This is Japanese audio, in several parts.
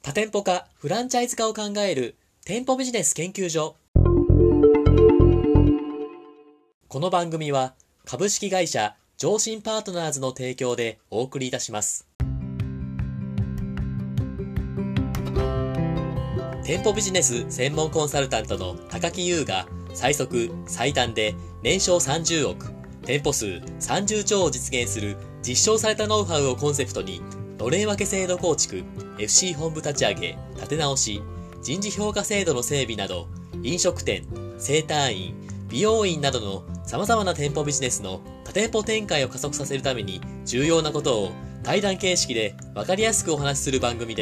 多店舗化、フランチャイズ化を考える店舗ビジネス研究所。この番組は株式会社上信パートナーズの提供でお送りいたします。店舗ビジネス専門コンサルタントの高木優が最速最短で年商30億、店舗数30兆を実現する実証されたノウハウをコンセプトに、のれん分け制度構築、FC 本部立ち上げ、立て直し、人事評価制度の整備など、飲食店、整体院、美容院などの様々な店舗ビジネスの多店舗展開を加速させるために重要なことを対談形式で分かりやすくお話しする番組です。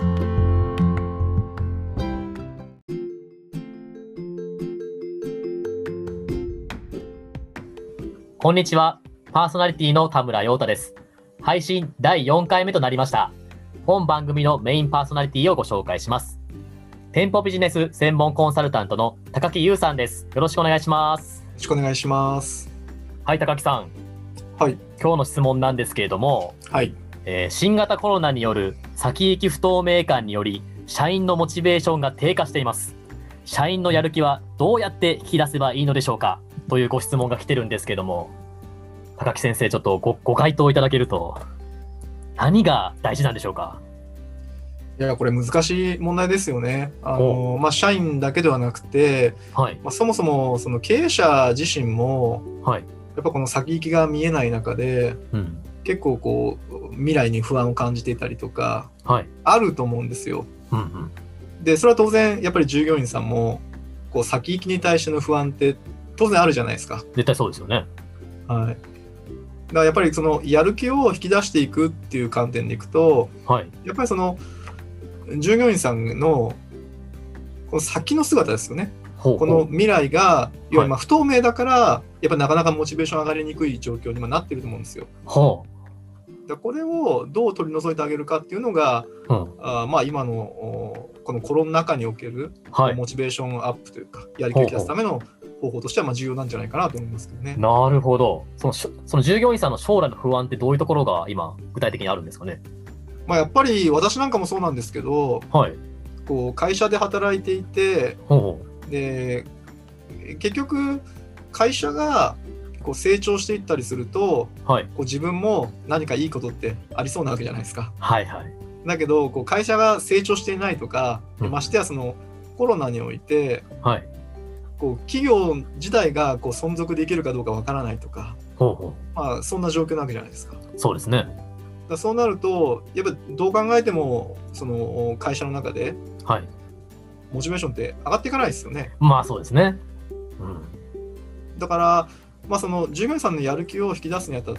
こんにちは。パーソナリティの田村陽太です。配信第4回目となりました。本番組のメインパーソナリティをご紹介します。店舗ビジネス専門コンサルタントの高木優さんです。よろしくお願いします。 よろしくお願いします。 はい、高木さん。 はい。 今日の質問なんですけれども、 はい。 新型コロナによる先行き不透明感により、社員のモチベーションが低下しています。社員のやる気はどうやって引き出せばいいのでしょうかというご質問が来てるんですけども、高木先生、ちょっとご回答いただけると、何が大事なんでしょうか？ いや、これ難しい問題ですよね。社員だけではなくて、 はい。 そもそもその経営者自身も、 はい。 やっぱこの先行きが見えない中で、結構こう未来に不安を感じていたりとか、 はい。 あると思うんですよ。で、それは当然やっぱり従業員さんもこう先行きに対しての不安って当然あるじゃないですか。 絶対そうですよね。 はい。だからやっぱりそのやる気を引き出していくっていう観点でいくと、 はい。 やっぱりその従業員さんのこの先の姿ですよね。この未来が要は不透明だから、やっぱなかなかモチベーション上がりにくい状況になってると思うんですよ。だこれをどう取り除いてあげるかっていうのが、今のこのコロナ禍におけるモチベーションアップというか、やる気を引き出すための方法としては重要なんじゃないかなと思いますけどね。 なるほど。その従業員さんの将来の不安ってどういうところが今具体的にあるんですかね？ やっぱり私なんかもそうなんですけど、こう会社で働いていて、で結局会社がこう成長していったりすると、こう自分も何かいいことってありそうなわけじゃないですか。だけどこう会社が成長していないとか、ましてやそのコロナにおいて、こう企業自体がこう存続できるかどうかわからないとか、そんな状況なわけじゃないですか。 そうですね。 そうなるとやっぱどう考えてもその会社の中で、モチベーションって上がっていかないですよね。 そうですね。 だからその従業員さんのやる気を引き出すにあたって、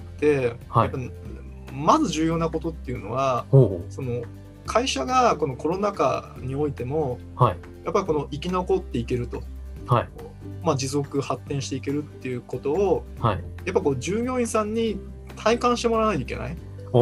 やっぱまず重要なことっていうのは、その会社がこのコロナ禍においても、やっぱりこの生き残っていけると、持続発展していけるっていうことを、やっぱこう従業員さんに体感してもらわないといけない。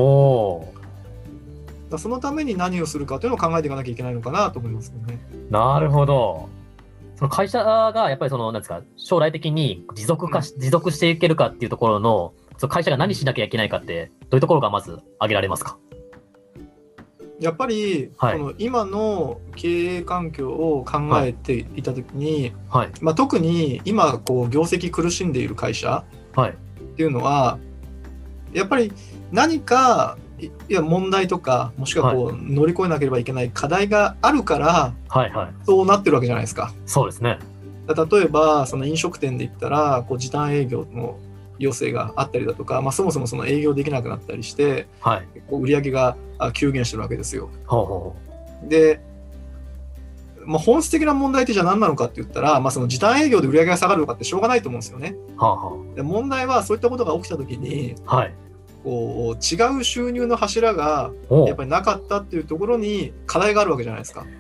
そのために何をするかというのを考えていかなきゃいけないのかなと思いますけどね。 なるほど。その会社がやっぱりなんですか、将来的に持続していけるかっていうところの、その会社が何しなきゃいけないかって、どういうところがまず挙げられますか？ やっぱり、この今の経営環境を考えていたときに、特に今こう業績苦しんでいる会社っていうのは、やっぱり何か問題とか、もしくはこう乗り越えなければいけない課題があるから、そうなってるわけじゃないですか。 そうですね。 例えばその飲食店で言ったらこう時短営業の要請があったりだとか、そもそもその営業できなくなったりして、こう売り上げが急減してるわけですよ。で、本質的な問題ってじゃあ何なのかって言ったら、その時短営業で売り上げが下がるとかってしょうがないと思うんですよね。で問題はそういったことが起きた時に、こう違う収入の柱がやっぱりなかったっていうところに課題があるわけじゃないですか。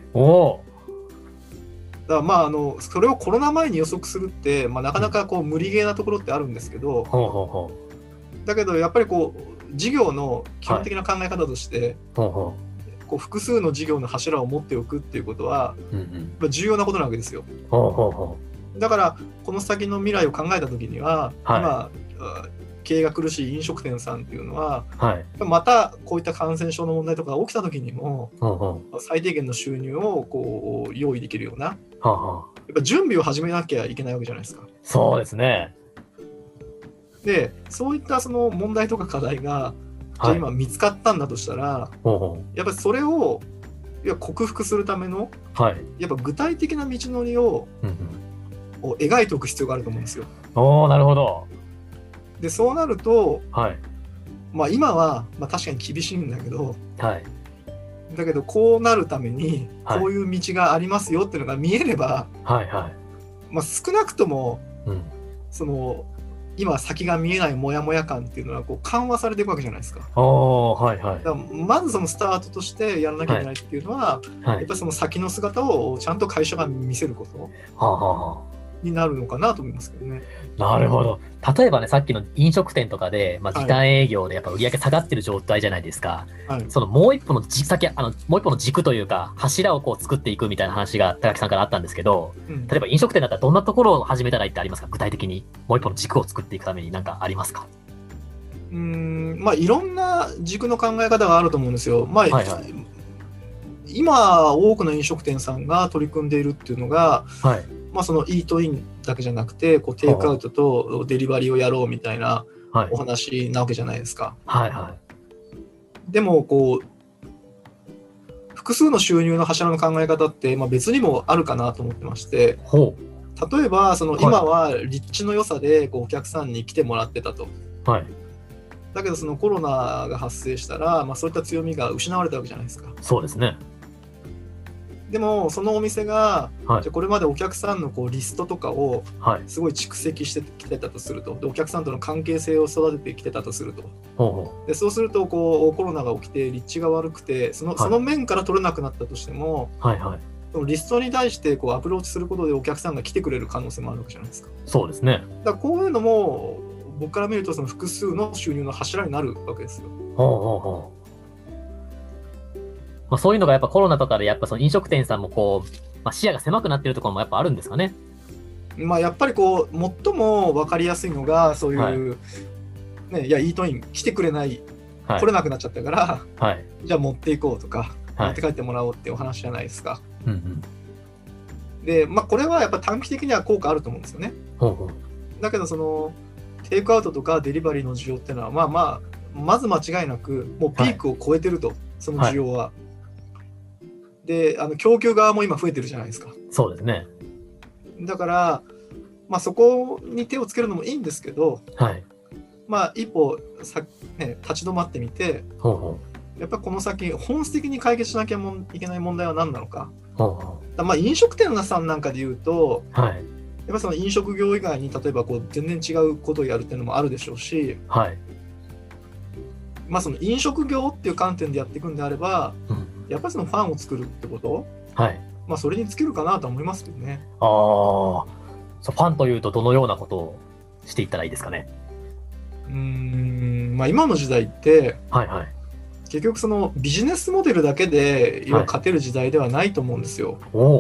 だからそれをコロナ前に予測するって、なかなかこう無理ゲーなところってあるんですけど、だけどやっぱりこう事業の基本的な考え方として、こう複数の事業の柱を持っておくっていうことは、重要なことなわけですよ。だからこの先の未来を考えた時には、今経経営が苦しい飲食店さんっていうのは、 はい、 またこういった感染症の問題とかが起きた時にも、最低限の収入をこう用意できるような、やっぱ準備を始めなきゃいけないわけじゃないですか。 そうですね。 で、そういったその問題とか課題が、じゃあ今見つかったんだとしたら、やっぱりそれを克服するための、やっぱ具体的な道のりを、描いておく必要があると思うんですよ。 なるほど。 で、そうなると、まあ今は、確かに厳しいんだけど、だけどこうなるためにこういう道がありますよっていうのが見えれば、少なくとも、その今先が見えないモヤモヤ感っていうのはこう緩和されていくわけじゃないですか。だからまずそのスタートとしてやらなきゃいけないっていうのは、やっぱりその先の姿をちゃんと会社が見せることになるのかなと思いますけどね。 なるほど。例えばね、さっきの飲食店とかで、時短営業でやっぱ売り上げ下がってる状態じゃないですか。そのもう一歩の軸というか、柱をこう作っていくみたいな話が高木さんからあったんですけど、例えば飲食店だったらどんなところを始めたらいいってありますか？具体的にもう一歩の軸を作っていくために何かありますか？ いろんな軸の考え方があると思うんですよ。今多くの飲食店さんが取り組んでいるっていうのが、そのイートインだけじゃなくてこうテイクアウトとデリバリーをやろうみたいなお話なわけじゃないですか。でもこう複数の収入の柱の考え方って、別にもあるかなと思ってまして、例えばその今は立地の良さでこうお客さんに来てもらってたと。だけどそのコロナが発生したら、そういった強みが失われたわけじゃないですか。 そうですね。 でもそのお店が、じゃあこれまでお客さんのこうリストとかをすごい蓄積してきてたとすると、でお客さんとの関係性を育ててきてたとすると、でそうするとこうコロナが起きて立地が悪くてその面から取れなくなったとしても、リストに対してこうアプローチすることでお客さんが来てくれる可能性もあるわけじゃないですか。 そうですね。 だからこういうのも僕から見るとその複数の収入の柱になるわけですよ。 そういうのがやっぱコロナとかでやっぱその飲食店さんもこう、視野が狭くなってるところもやっぱあるんですかね。 やっぱりこう最も分かりやすいのがそういう、イートイン来てくれない、来れなくなっちゃったから、じゃあ持っていこうとか、持って帰ってもらおうっていうお話じゃないですか。で、これはやっぱ短期的には効果あると思うんですよね。だけどそのテイクアウトとかデリバリーの需要っていうのはまず間違いなくもうピークを超えてると、その需要は。で供給側も今増えてるじゃないですか。 そうですね。 だから、そこに手をつけるのもいいんですけど、一歩立ち止まってみて、やっぱりこの先本質的に解決しなきゃいけない問題は何なのか。飲食店さんなんかで言うと、やっぱその飲食業以外に例えばこう全然違うことをやるっていうのもあるでしょうし、その飲食業っていう観点でやっていくんであれば、やっぱりそのファンを作るってこと、それに尽きるかなと思いますけどね。 ファンというとどのようなことをしていったらいいですかね。 今の時代って、結局そのビジネスモデルだけで勝てる時代ではないと思うんですよ。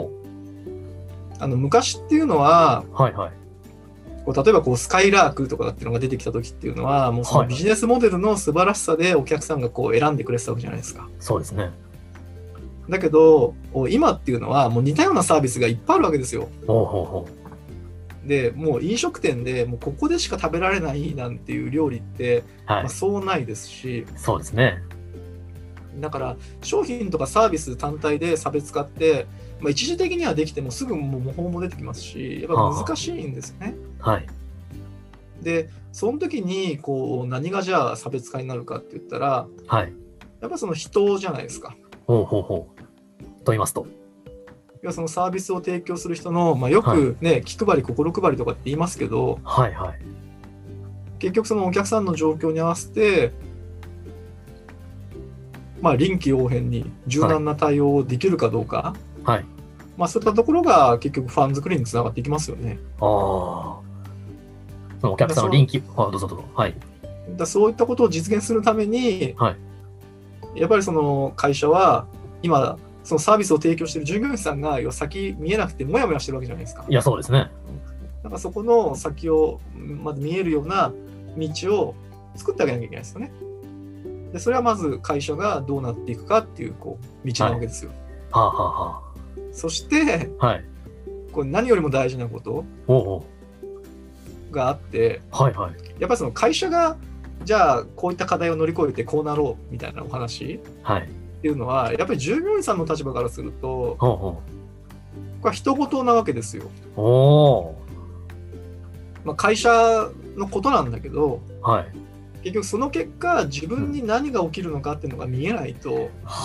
昔っていうのは、例えばこうスカイラークとかっていうのが出てきた時っていうのはもうそのビジネスモデルの素晴らしさでお客さんがこう選んでくれてたわけじゃないですか。 そうですね。 だけど今っていうのはもう似たようなサービスがいっぱいあるわけですよ。でもう飲食店でもうここでしか食べられないなんていう料理って、そうないですし。 そうですね。 だから商品とかサービス単体で差別化って一時的にはできてもすぐ模倣も出てきますし、やっぱ難しいんですよね。でその時にこう何がじゃあ差別化になるかって言ったら、やっぱその人じゃないですか。 と言いますと、 そのサービスを提供する人の、よくね、気配り心配りとかって言いますけど、結局そのお客さんの状況に合わせて、臨機応変に柔軟な対応をできるかどうか、そういったところが結局ファン作りにつながっていきますよね。 お客さんの臨機、どうぞどうぞ。 そういったことを実現するために、やっぱりその会社は今そのサービスを提供している従業員さんが先見えなくてモヤモヤしてるわけじゃないですか。 いや、そうですね。 そこの先をまず見えるような道を作ってあげなきゃいけないですよね。でそれはまず会社がどうなっていくかっていう道なわけですよ。 はあはあはそして、 はい、 これ何よりも大事なことがあって、 はいはい、 やっぱりその会社がじゃあこういった課題を乗り越えてこうなろうみたいなお話っていうのは、やっぱり従業員さんの立場からすると、これは人事なわけですよ。会社のことなんだけど、はい、結局その結果自分に何が起きるのかっていうのが見えないと、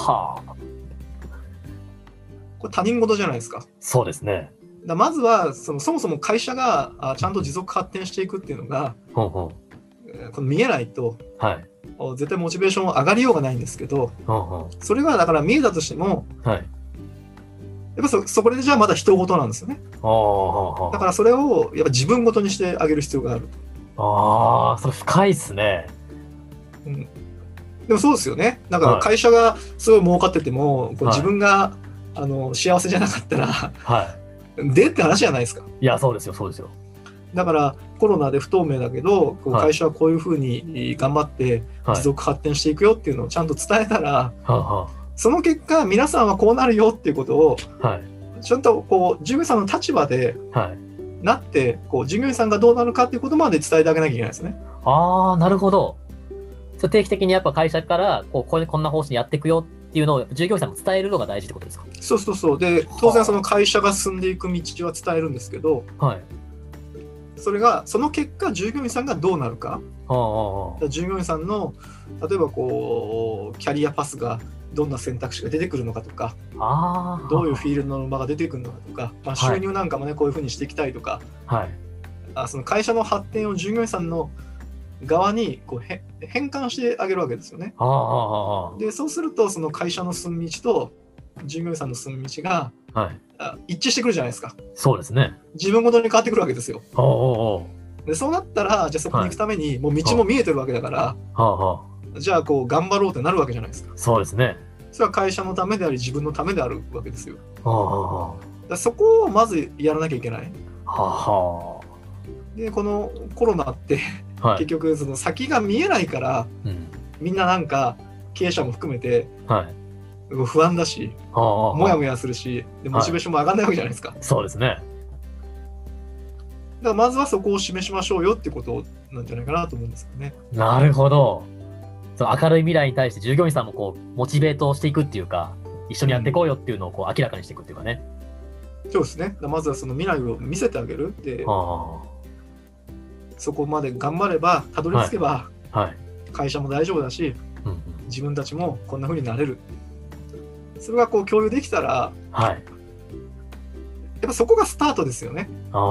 これ他人事じゃないですか。 そうですね。 まずはそもそも会社がちゃんと持続発展していくっていうのがこの見えないと、はい、絶対モチベーション上がりようがないんですけど、それがだから見えたとしても、はい、やっぱそこでじゃあまだ人事なんですよね。だからそれをやっぱ自分事にしてあげる必要がある。 それ深いっすね。 でもそうですよね。だから会社がすごい儲かってても、こう自分が、幸せじゃなかったら、でって話じゃないですか。 いや、そうですよ、そうですよ。 だからコロナで不透明だけど、こう会社はこういうふうに頑張って持続発展していくよっていうのをちゃんと伝えたら、その結果皆さんはこうなるよっていうことを、ちゃんとこう従業員さんの立場でなって、こう従業員さんがどうなるかっていうことまで伝えてあげなきゃいけないですね。 なるほど。定期的にやっぱ会社からこんな方針やっていくよっていうのを従業員さんも伝えるのが大事ってことですか？ そうそうそう。で当然その会社が進んでいく道は伝えるんですけど、それがその結果従業員さんがどうなるか。従業員さんの例えばこうキャリアパスがどんな選択肢が出てくるのかとか、どういうフィールドの場が出てくるのかとか、収入なんかもね、こういうふうにしていきたいとか、その会社の発展を従業員さんの側にこう変換してあげるわけですよね。でそうするとその会社の進む道と従業員さんの進む道が、一致してくるじゃないですか。 そうですね。 自分ごとに変わってくるわけですよ。でそうなったらじゃあそこに行くためにもう道も見えてるわけだから、じゃあこう頑張ろうってなるわけじゃないですか。 そうですね。 それは会社のためであり自分のためであるわけですよ。だそこをまずやらなきゃいけない。でこのコロナって結局その先が見えないから、みんななんか経営者も含めて不安だし、もやもやするし、でモチベーションも上がらないわけじゃないですか。 そうですね。 だからまずはそこを示しましょうよってことなんじゃないかなと思うんですよね。 なるほど。その明るい未来に対して従業員さんもこうモチベートしていくっていうか、一緒にやっていこうよっていうのをこう明らかにしていくっていうかね。 そうですね。まずはその未来を見せてあげるって、そこまで頑張ればたどり着けば、会社も大丈夫だし、自分たちもこんな風になれる。それがこう共有できたら、やっぱそこがスタートですよね。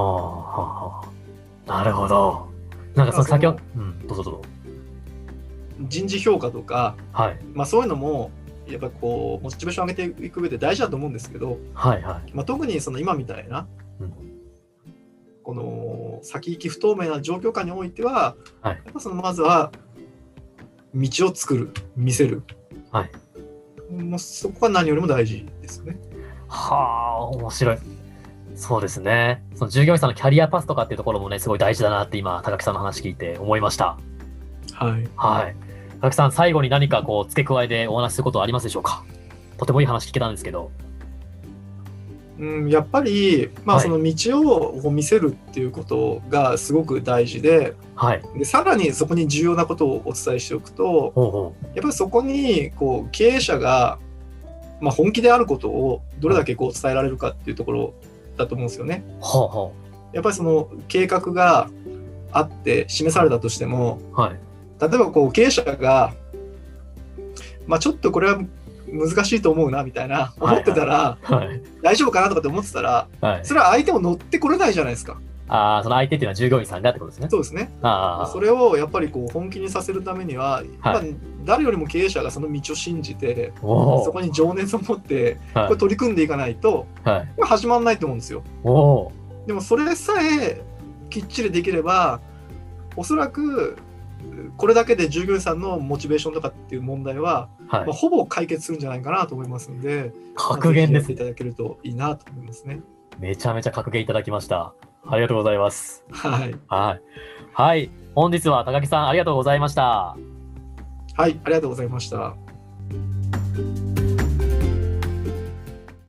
なるほど。なんかその先ほど、どうぞどうぞ。 人事評価とか、そういうのもやっぱこうモチベーション上げていく上で大事だと思うんですけど、特にその今みたいな、この先行き不透明な状況下においては、やっぱそのまずは道を作る、見せる、もうそこが何よりも大事ですね。 面白い。そうですね。その従業員さんのキャリアパスとかっていうところもね、すごい大事だなって今高木さんの話聞いて思いました。高木さん、最後に何かこう付け加えでお話しすることはありますでしょうか？とてもいい話聞けたんですけど。 やっぱり、その道を見せるっていうことがすごく大事で、でさらにそこに重要なことをお伝えしておくと、やっぱりそこにこう経営者が、本気であることをどれだけこう伝えられるかっていうところだと思うんですよね。やっぱりその計画があって示されたとしても、例えばこう経営者が、ちょっとこれは難しいと思うなみたいな思ってたら、大丈夫かなとかって思ってたら、それは相手も乗ってこれないじゃないですか。 その相手っていうのは従業員さんだってことですね。 そうですね。それをやっぱりこう本気にさせるためには、誰よりも経営者がその道を信じて、そこに情熱を持ってこれ取り組んでいかないと、これ始まらないと思うんですよ。でもそれさえきっちりできれば、おそらくこれだけで従業員さんのモチベーションとかっていう問題は、ほぼ解決するんじゃないかなと思いますので、 格言です。 やっていただけるといいなと思いますね。 めちゃめちゃ格言いただきました。ありがとうございます。 はい。 はい。はい。本日は高木さんありがとうございました。 はい、ありがとうございました。